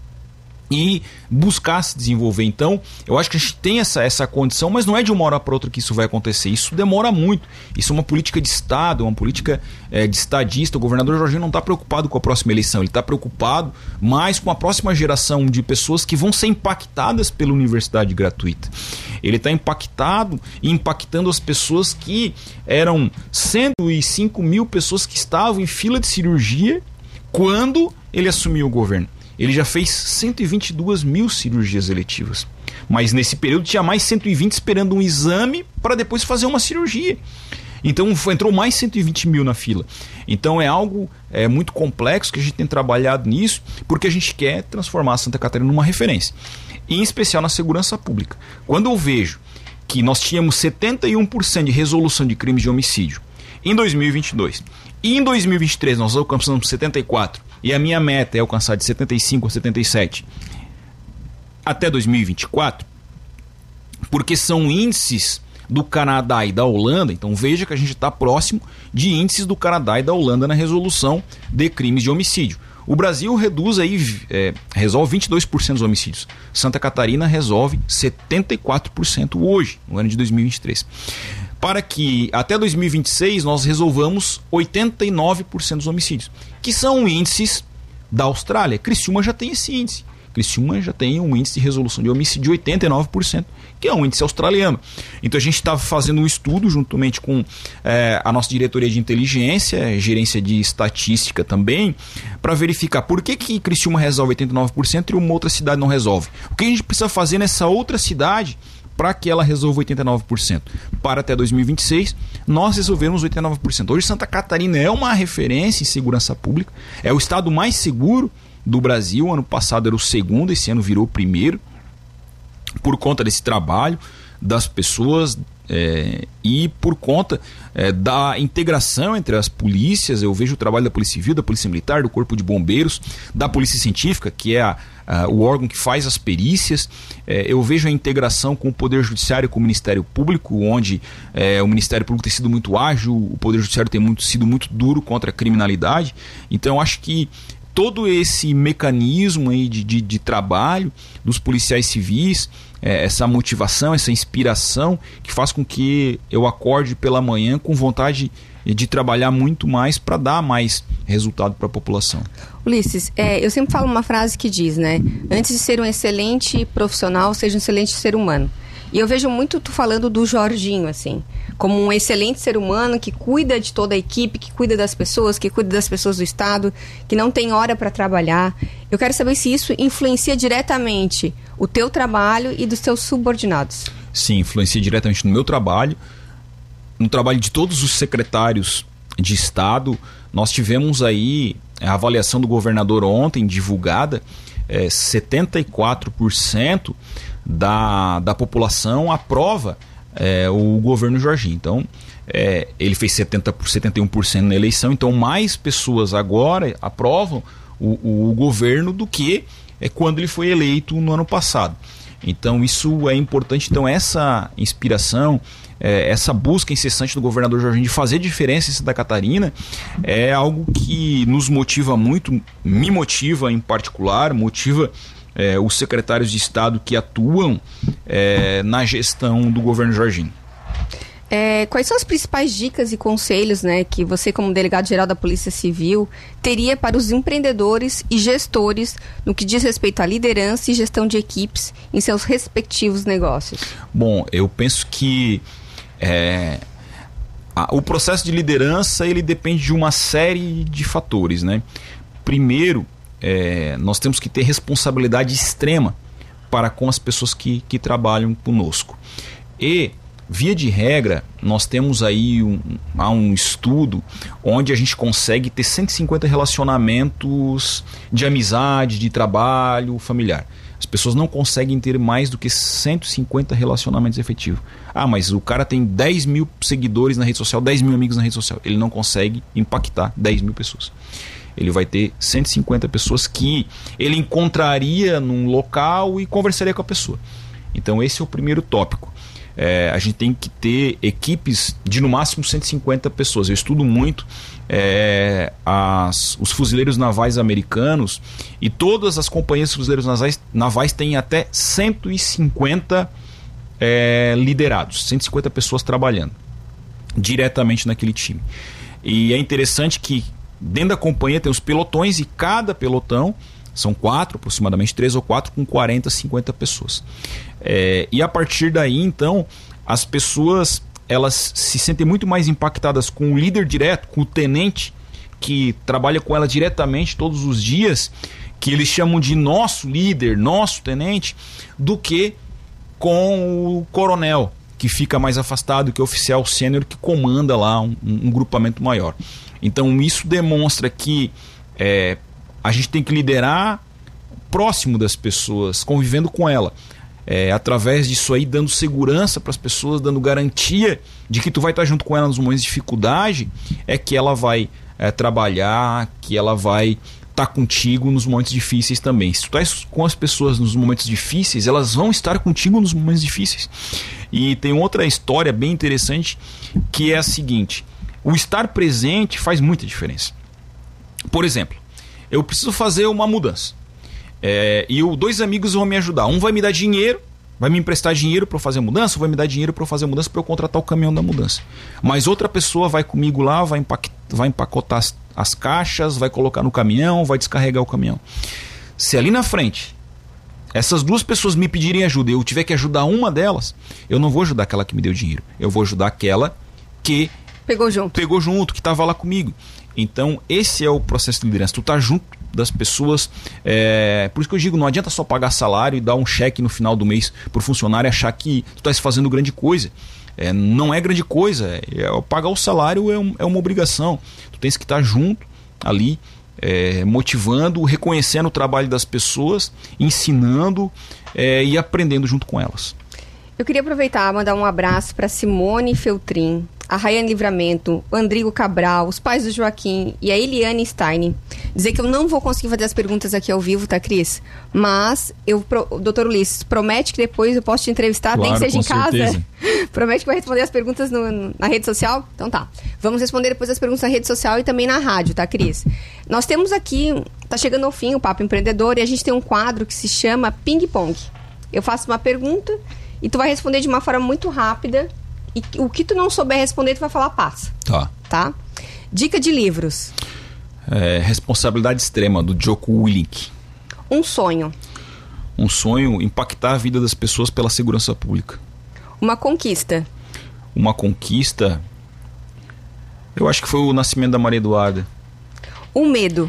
e buscar se desenvolver. Então, eu acho que a gente tem essa, essa condição, mas não é de uma hora para outra que isso vai acontecer. Isso demora muito. Isso é uma política de Estado, uma política é, de estadista. O governador Jorginho não está preocupado com a próxima eleição, ele está preocupado mais com a próxima geração de pessoas que vão ser impactadas pela universidade gratuita. Ele está impactado e impactando as pessoas que eram cento e cinco mil pessoas que estavam em fila de cirurgia quando ele assumiu o governo. Ele já fez cento e vinte e duas mil cirurgias eletivas. Mas nesse período tinha mais cento e vinte esperando um exame para depois fazer uma cirurgia. Então entrou mais cento e vinte mil na fila. Então é algo é, muito complexo que a gente tem trabalhado nisso, porque a gente quer transformar a Santa Catarina numa referência. E em especial na segurança pública. Quando eu vejo que nós tínhamos setenta e um por cento de resolução de crimes de homicídio em dois mil e vinte e dois, e em dois mil e vinte e três nós alcançamos setenta e quatro, e a minha meta é alcançar de setenta e cinco a setenta e sete até dois mil e vinte e quatro, porque são índices do Canadá e da Holanda. Então veja que a gente está próximo de índices do Canadá e da Holanda na resolução de crimes de homicídio. O Brasil reduz aí, é, resolve vinte e dois por cento dos homicídios. Santa Catarina resolve setenta e quatro por cento hoje, no ano de dois mil e vinte e três. Para que até dois mil e vinte e seis nós resolvamos oitenta e nove por cento dos homicídios, que são índices da Austrália. Criciúma já tem esse índice. Criciúma já tem um índice de resolução de homicídio de oitenta e nove por cento, que é um índice australiano. Então a gente estava fazendo um estudo juntamente com é, a nossa diretoria de inteligência, gerência de estatística também, para verificar por que que Criciúma resolve oitenta e nove por cento e uma outra cidade não resolve. O que a gente precisa fazer nessa outra cidade para que ela resolva oitenta e nove por cento. Para até dois mil e vinte e seis, nós resolvemos oitenta e nove por cento. Hoje Santa Catarina é uma referência em segurança pública, é o estado mais seguro do Brasil. Ano passado era o segundo, esse ano virou o primeiro, por conta desse trabalho das pessoas é, e por conta é, da integração entre as polícias. Eu vejo o trabalho da Polícia Civil, da Polícia Militar, do Corpo de Bombeiros, da Polícia Científica, que é a, a, o órgão que faz as perícias. É, eu vejo a integração com o Poder Judiciário e com o Ministério Público, onde é, o Ministério Público tem sido muito ágil, o Poder Judiciário tem muito, sido muito duro contra a criminalidade. Então eu acho que todo esse mecanismo aí de, de, de trabalho dos policiais civis, é, essa motivação, essa inspiração que faz com que eu acorde pela manhã com vontade de, de trabalhar muito mais para dar mais resultado para a população. Ulisses, é, eu sempre falo uma frase que diz, né? Antes de ser um excelente profissional, seja um excelente ser humano. E eu vejo muito tu falando do Jorginho, assim, como um excelente ser humano que cuida de toda a equipe, que cuida das pessoas, que cuida das pessoas do Estado, que não tem hora para trabalhar. Eu quero saber se isso influencia diretamente o teu trabalho e dos teus subordinados. Sim, influencia diretamente no meu trabalho, no trabalho de todos os secretários de Estado. Nós tivemos aí a avaliação do governador ontem, divulgada, é, setenta e quatro por cento Da, da população aprova é, o governo Jorginho. Então, é, ele fez setenta por, setenta e um por cento na eleição, então mais pessoas agora aprovam o, o governo do que é, quando ele foi eleito no ano passado. Então, isso é importante. Então, essa inspiração, é, essa busca incessante do governador Jorginho de fazer diferença em Santa Catarina é algo que nos motiva muito, me motiva em particular, motiva é, os secretários de Estado que atuam é, na gestão do governo Jorginho. É, quais são as principais dicas e conselhos, né, que você, como delegado-geral da Polícia Civil, teria para os empreendedores e gestores no que diz respeito à liderança e gestão de equipes em seus respectivos negócios? Bom, eu penso que é, a, o processo de liderança ele depende de uma série de fatores, né? Primeiro, é, nós temos que ter responsabilidade extrema para com as pessoas que, que trabalham conosco. E via de regra, nós temos aí um, um estudo onde a gente consegue ter cento e cinquenta relacionamentos de amizade, de trabalho, familiar. As pessoas não conseguem ter mais do que cento e cinquenta relacionamentos efetivos. Ah, mas o cara tem dez mil seguidores na rede social, dez mil amigos na rede social. Ele não consegue impactar dez mil pessoas. Ele vai ter cento e cinquenta pessoas que ele encontraria num local e conversaria com a pessoa. Então esse é o primeiro tópico. É, a gente tem que ter equipes de no máximo cento e cinquenta pessoas. Eu estudo muito é, as, os fuzileiros navais americanos, e todas as companhias de fuzileiros navais, navais têm até cento e cinquenta é, liderados, cento e cinquenta pessoas trabalhando diretamente naquele time. E é interessante que dentro da companhia tem os pelotões, e cada pelotão são quatro, aproximadamente três ou quatro, com quarenta, cinquenta pessoas. É, e a partir daí, então, as pessoas elas se sentem muito mais impactadas com o líder direto, com o tenente, que trabalha com ela diretamente todos os dias, que eles chamam de nosso líder, nosso tenente, do que com o coronel, que fica mais afastado, que é o oficial sênior que comanda lá um, um grupamento maior. Então isso demonstra que é, a gente tem que liderar próximo das pessoas, convivendo com ela. É, através disso aí, dando segurança para as pessoas, dando garantia de que tu vai estar junto com ela nos momentos de dificuldade, é que ela vai é, trabalhar, que ela vai estar contigo nos momentos difíceis também. Se tu estás com as pessoas nos momentos difíceis, elas vão estar contigo nos momentos difíceis. E tem outra história bem interessante, que é a seguinte: o estar presente faz muita diferença. Por exemplo, eu preciso fazer uma mudança. É, e o, dois amigos vão me ajudar. Um vai me dar dinheiro, vai me emprestar dinheiro para eu fazer a mudança, ou vai me dar dinheiro para eu fazer a mudança, para eu contratar o caminhão da mudança. Mas outra pessoa vai comigo lá, vai, empac- vai empacotar as, as caixas, vai colocar no caminhão, vai descarregar o caminhão. Se ali na frente essas duas pessoas me pedirem ajuda e eu tiver que ajudar uma delas, eu não vou ajudar aquela que me deu dinheiro, eu vou ajudar aquela que pegou junto, pegou junto, que estava lá comigo. Então esse é o processo de liderança. Tu tá junto das pessoas, é, por isso que eu digo, não adianta só pagar salário e dar um cheque no final do mês pro funcionário e achar que tu tá fazendo grande coisa. É, não é grande coisa, é, é, pagar o salário é, um, é uma obrigação. Tu tens que estar junto ali, é, motivando, reconhecendo o trabalho das pessoas, ensinando é, e aprendendo junto com elas. Eu queria aproveitar e mandar um abraço para Simone Feltrin, a Rayane Livramento, o Andrigo Cabral, os pais do Joaquim e a Eliane Stein. Dizer que eu não vou conseguir fazer as perguntas aqui ao vivo, tá, Cris? Mas eu, o doutor Ulisses, promete que depois eu posso te entrevistar, claro, nem que seja em casa. Certeza. Promete que vai responder as perguntas no, na rede social? Então tá. Vamos responder depois as perguntas na rede social e também na rádio, tá, Cris? Nós temos aqui, tá chegando ao fim o Papo Empreendedor, e a gente tem um quadro que se chama Ping Pong. Eu faço uma pergunta e tu vai responder de uma forma muito rápida. E o que tu não souber responder, tu vai falar passa. Tá. Tá? Dica de livros. É, Responsabilidade Extrema, do Jocko Willink. Um sonho. Um sonho, impactar a vida das pessoas pela segurança pública. Uma conquista. Uma conquista, eu acho que foi o nascimento da Maria Eduarda. Um medo.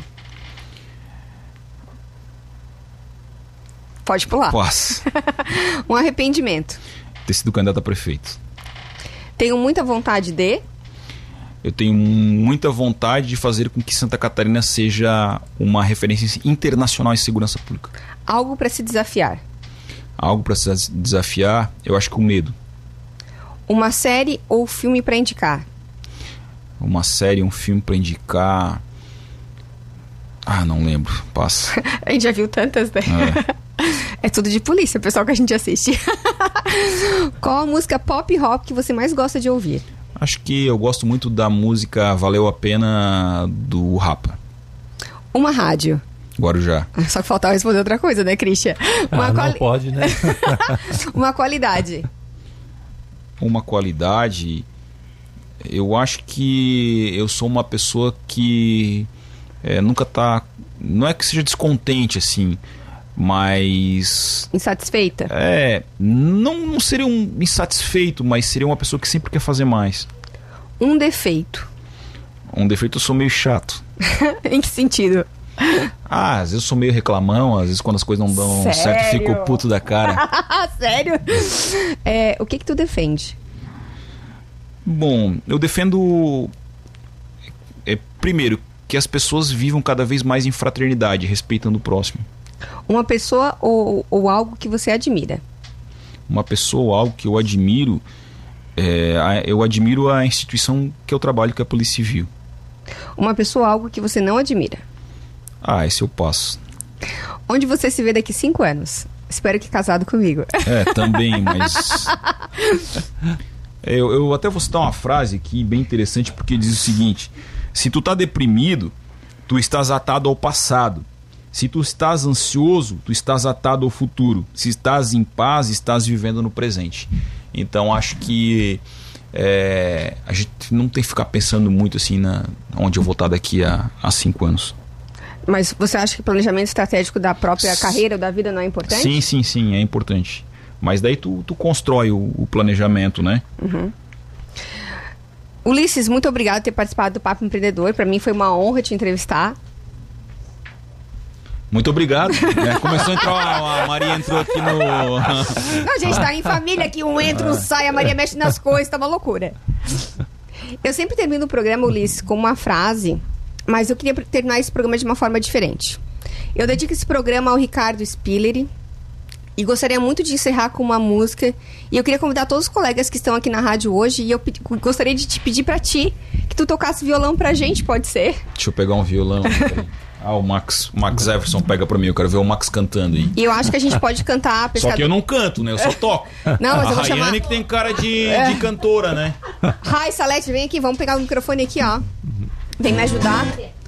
Pode pular. Passa. Um arrependimento. Ter sido candidato a prefeito. Tenho muita vontade de... Eu tenho muita vontade de fazer com que Santa Catarina seja uma referência internacional em segurança pública. Algo para se desafiar. Algo para se desafiar, eu acho que o medo. Uma série ou filme para indicar. Uma série, um filme para indicar... Ah, não lembro. Passa. A gente já viu tantas, né? É. É tudo de polícia, pessoal, que a gente assiste. Qual a música pop rock que você mais gosta de ouvir? Acho que eu gosto muito da música Valeu a Pena, do Rapa. Uma rádio. Guarujá. Só que faltava responder outra coisa, né, Christian? Uma ah, quali... não pode, né? Uma qualidade. Uma qualidade... Eu acho que eu sou uma pessoa que é, nunca tá... Não é que seja descontente, assim, mas... Insatisfeita? É, não, não seria um insatisfeito, mas seria uma pessoa que sempre quer fazer mais. Um defeito? Um defeito, eu sou meio chato. Em que sentido? Ah, às vezes eu sou meio reclamão, às vezes quando as coisas não dão Sério? certo, eu fico puto da cara. Sério? É, o que que tu defende? Bom, eu defendo... É, primeiro, que as pessoas vivam cada vez mais em fraternidade, respeitando o próximo. Uma pessoa ou, ou algo que você admira? Uma pessoa ou algo que eu admiro... É, eu admiro a instituição que eu trabalho, que é a Polícia Civil. Uma pessoa ou algo que você não admira? Ah, esse eu passo. Onde você se vê daqui cinco anos? Espero que casado comigo. É, também, mas... Eu, eu até vou citar uma frase aqui bem interessante, porque diz o seguinte: se tu tá deprimido, tu estás atado ao passado. Se tu estás ansioso, tu estás atado ao futuro. Se estás em paz, estás vivendo no presente. Então acho que é, a gente não tem que ficar pensando muito assim na onde eu vou estar daqui a, a cinco anos. Mas você acha que o planejamento estratégico da própria carreira ou da vida não é importante? Sim, sim, sim, é importante. Mas daí tu, tu constrói o, o planejamento, né? Uhum. Ulisses, muito obrigado por ter participado do Papo Empreendedor. Para mim foi uma honra te entrevistar. Muito obrigado. É, começou a entrar, a, a Maria entrou aqui no... Não, a gente tá em família aqui, um entra, um sai, a Maria mexe nas coisas, tá uma loucura. Eu sempre termino o programa, Ulisses, com uma frase, mas eu queria terminar esse programa de uma forma diferente. Eu dedico esse programa ao Ricardo Spilleri e gostaria muito de encerrar com uma música. E eu queria convidar todos os colegas que estão aqui na rádio hoje, e eu p- gostaria de te pedir pra ti que tu tocasse violão pra gente, pode ser? Deixa eu pegar um violão. Ah, o Max, o Max Everson pega pra mim, eu quero ver o Max cantando aí. E eu acho que a gente pode cantar... Pescador... Só que eu não canto, né? Eu só toco. Não, mas a eu vou Rayane chamar... que tem cara de, de cantora, né? Rai, Salete, vem aqui, vamos pegar o microfone aqui, ó. Vem me ajudar.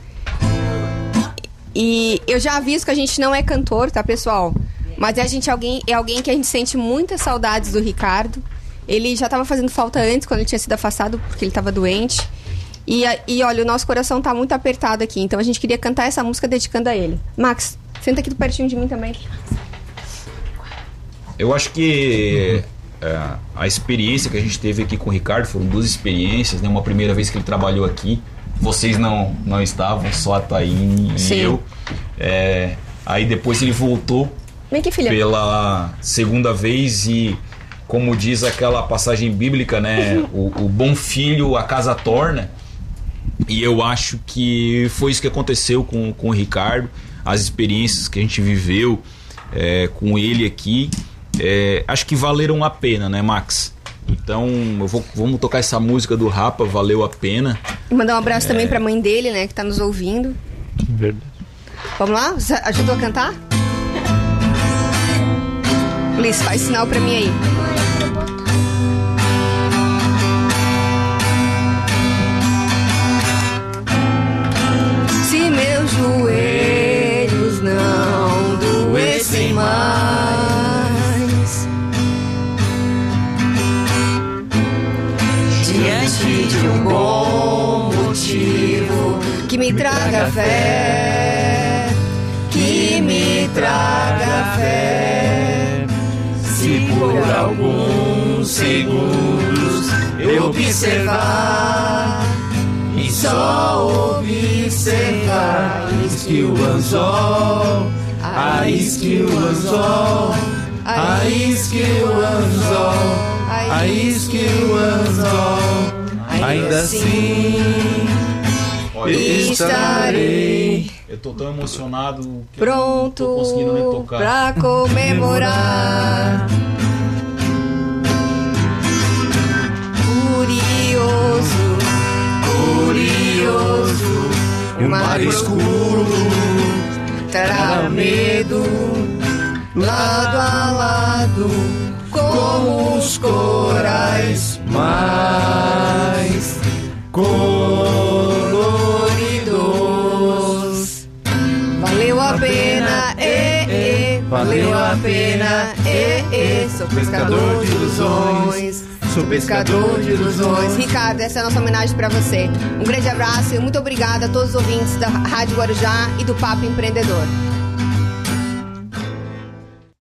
E eu já aviso que a gente não é cantor, tá, pessoal? Mas a gente é alguém, é alguém que a gente sente muitas saudades do Ricardo. Ele já estava fazendo falta antes, quando ele tinha sido afastado, porque ele estava doente. E, e olha, o nosso coração tá muito apertado aqui. Então a gente queria cantar essa música dedicando a ele. Max, senta aqui pertinho de mim também. Eu acho que é, a experiência que a gente teve aqui com o Ricardo foram duas experiências, né? Uma primeira vez que ele trabalhou aqui, vocês não, não estavam, só a Taine e eu. É, aí depois ele voltou Vem aqui, filha. pela segunda vez e, como diz aquela passagem bíblica, né? O, o bom filho a casa torna. E eu acho que foi isso que aconteceu com, com o Ricardo. As experiências que a gente viveu é, com ele aqui, é, acho que valeram a pena, né, Max? Então, eu vou, vamos tocar essa música do Rapa, valeu a pena. E mandar um abraço É. também pra mãe dele, né, que tá nos ouvindo. Verdade. Vamos lá? Você ajudou a cantar? Liz, faz sinal pra mim aí. Se meus joelhos não doessem mais, diante de um bom motivo que me traga fé, que me traga fé. Se por alguns segundos eu observar e só observar a skill anzol, a skill anzol, a skill anzol, a skill anzol, ainda assim estarei Eu tô tão emocionado que pronto eu não tô conseguindo nem tocar. pra comemorar. Curioso, curioso, o mar escuro terá medo, lado a lado, como os corais mais coloridos. Valeu a pena valeu a pena. E, e, sou pescador de ilusões. Sou pescador de ilusões. Ricardo, essa é a nossa homenagem pra você. Um grande abraço e muito obrigada a todos os ouvintes da Rádio Guarujá e do Papo Empreendedor.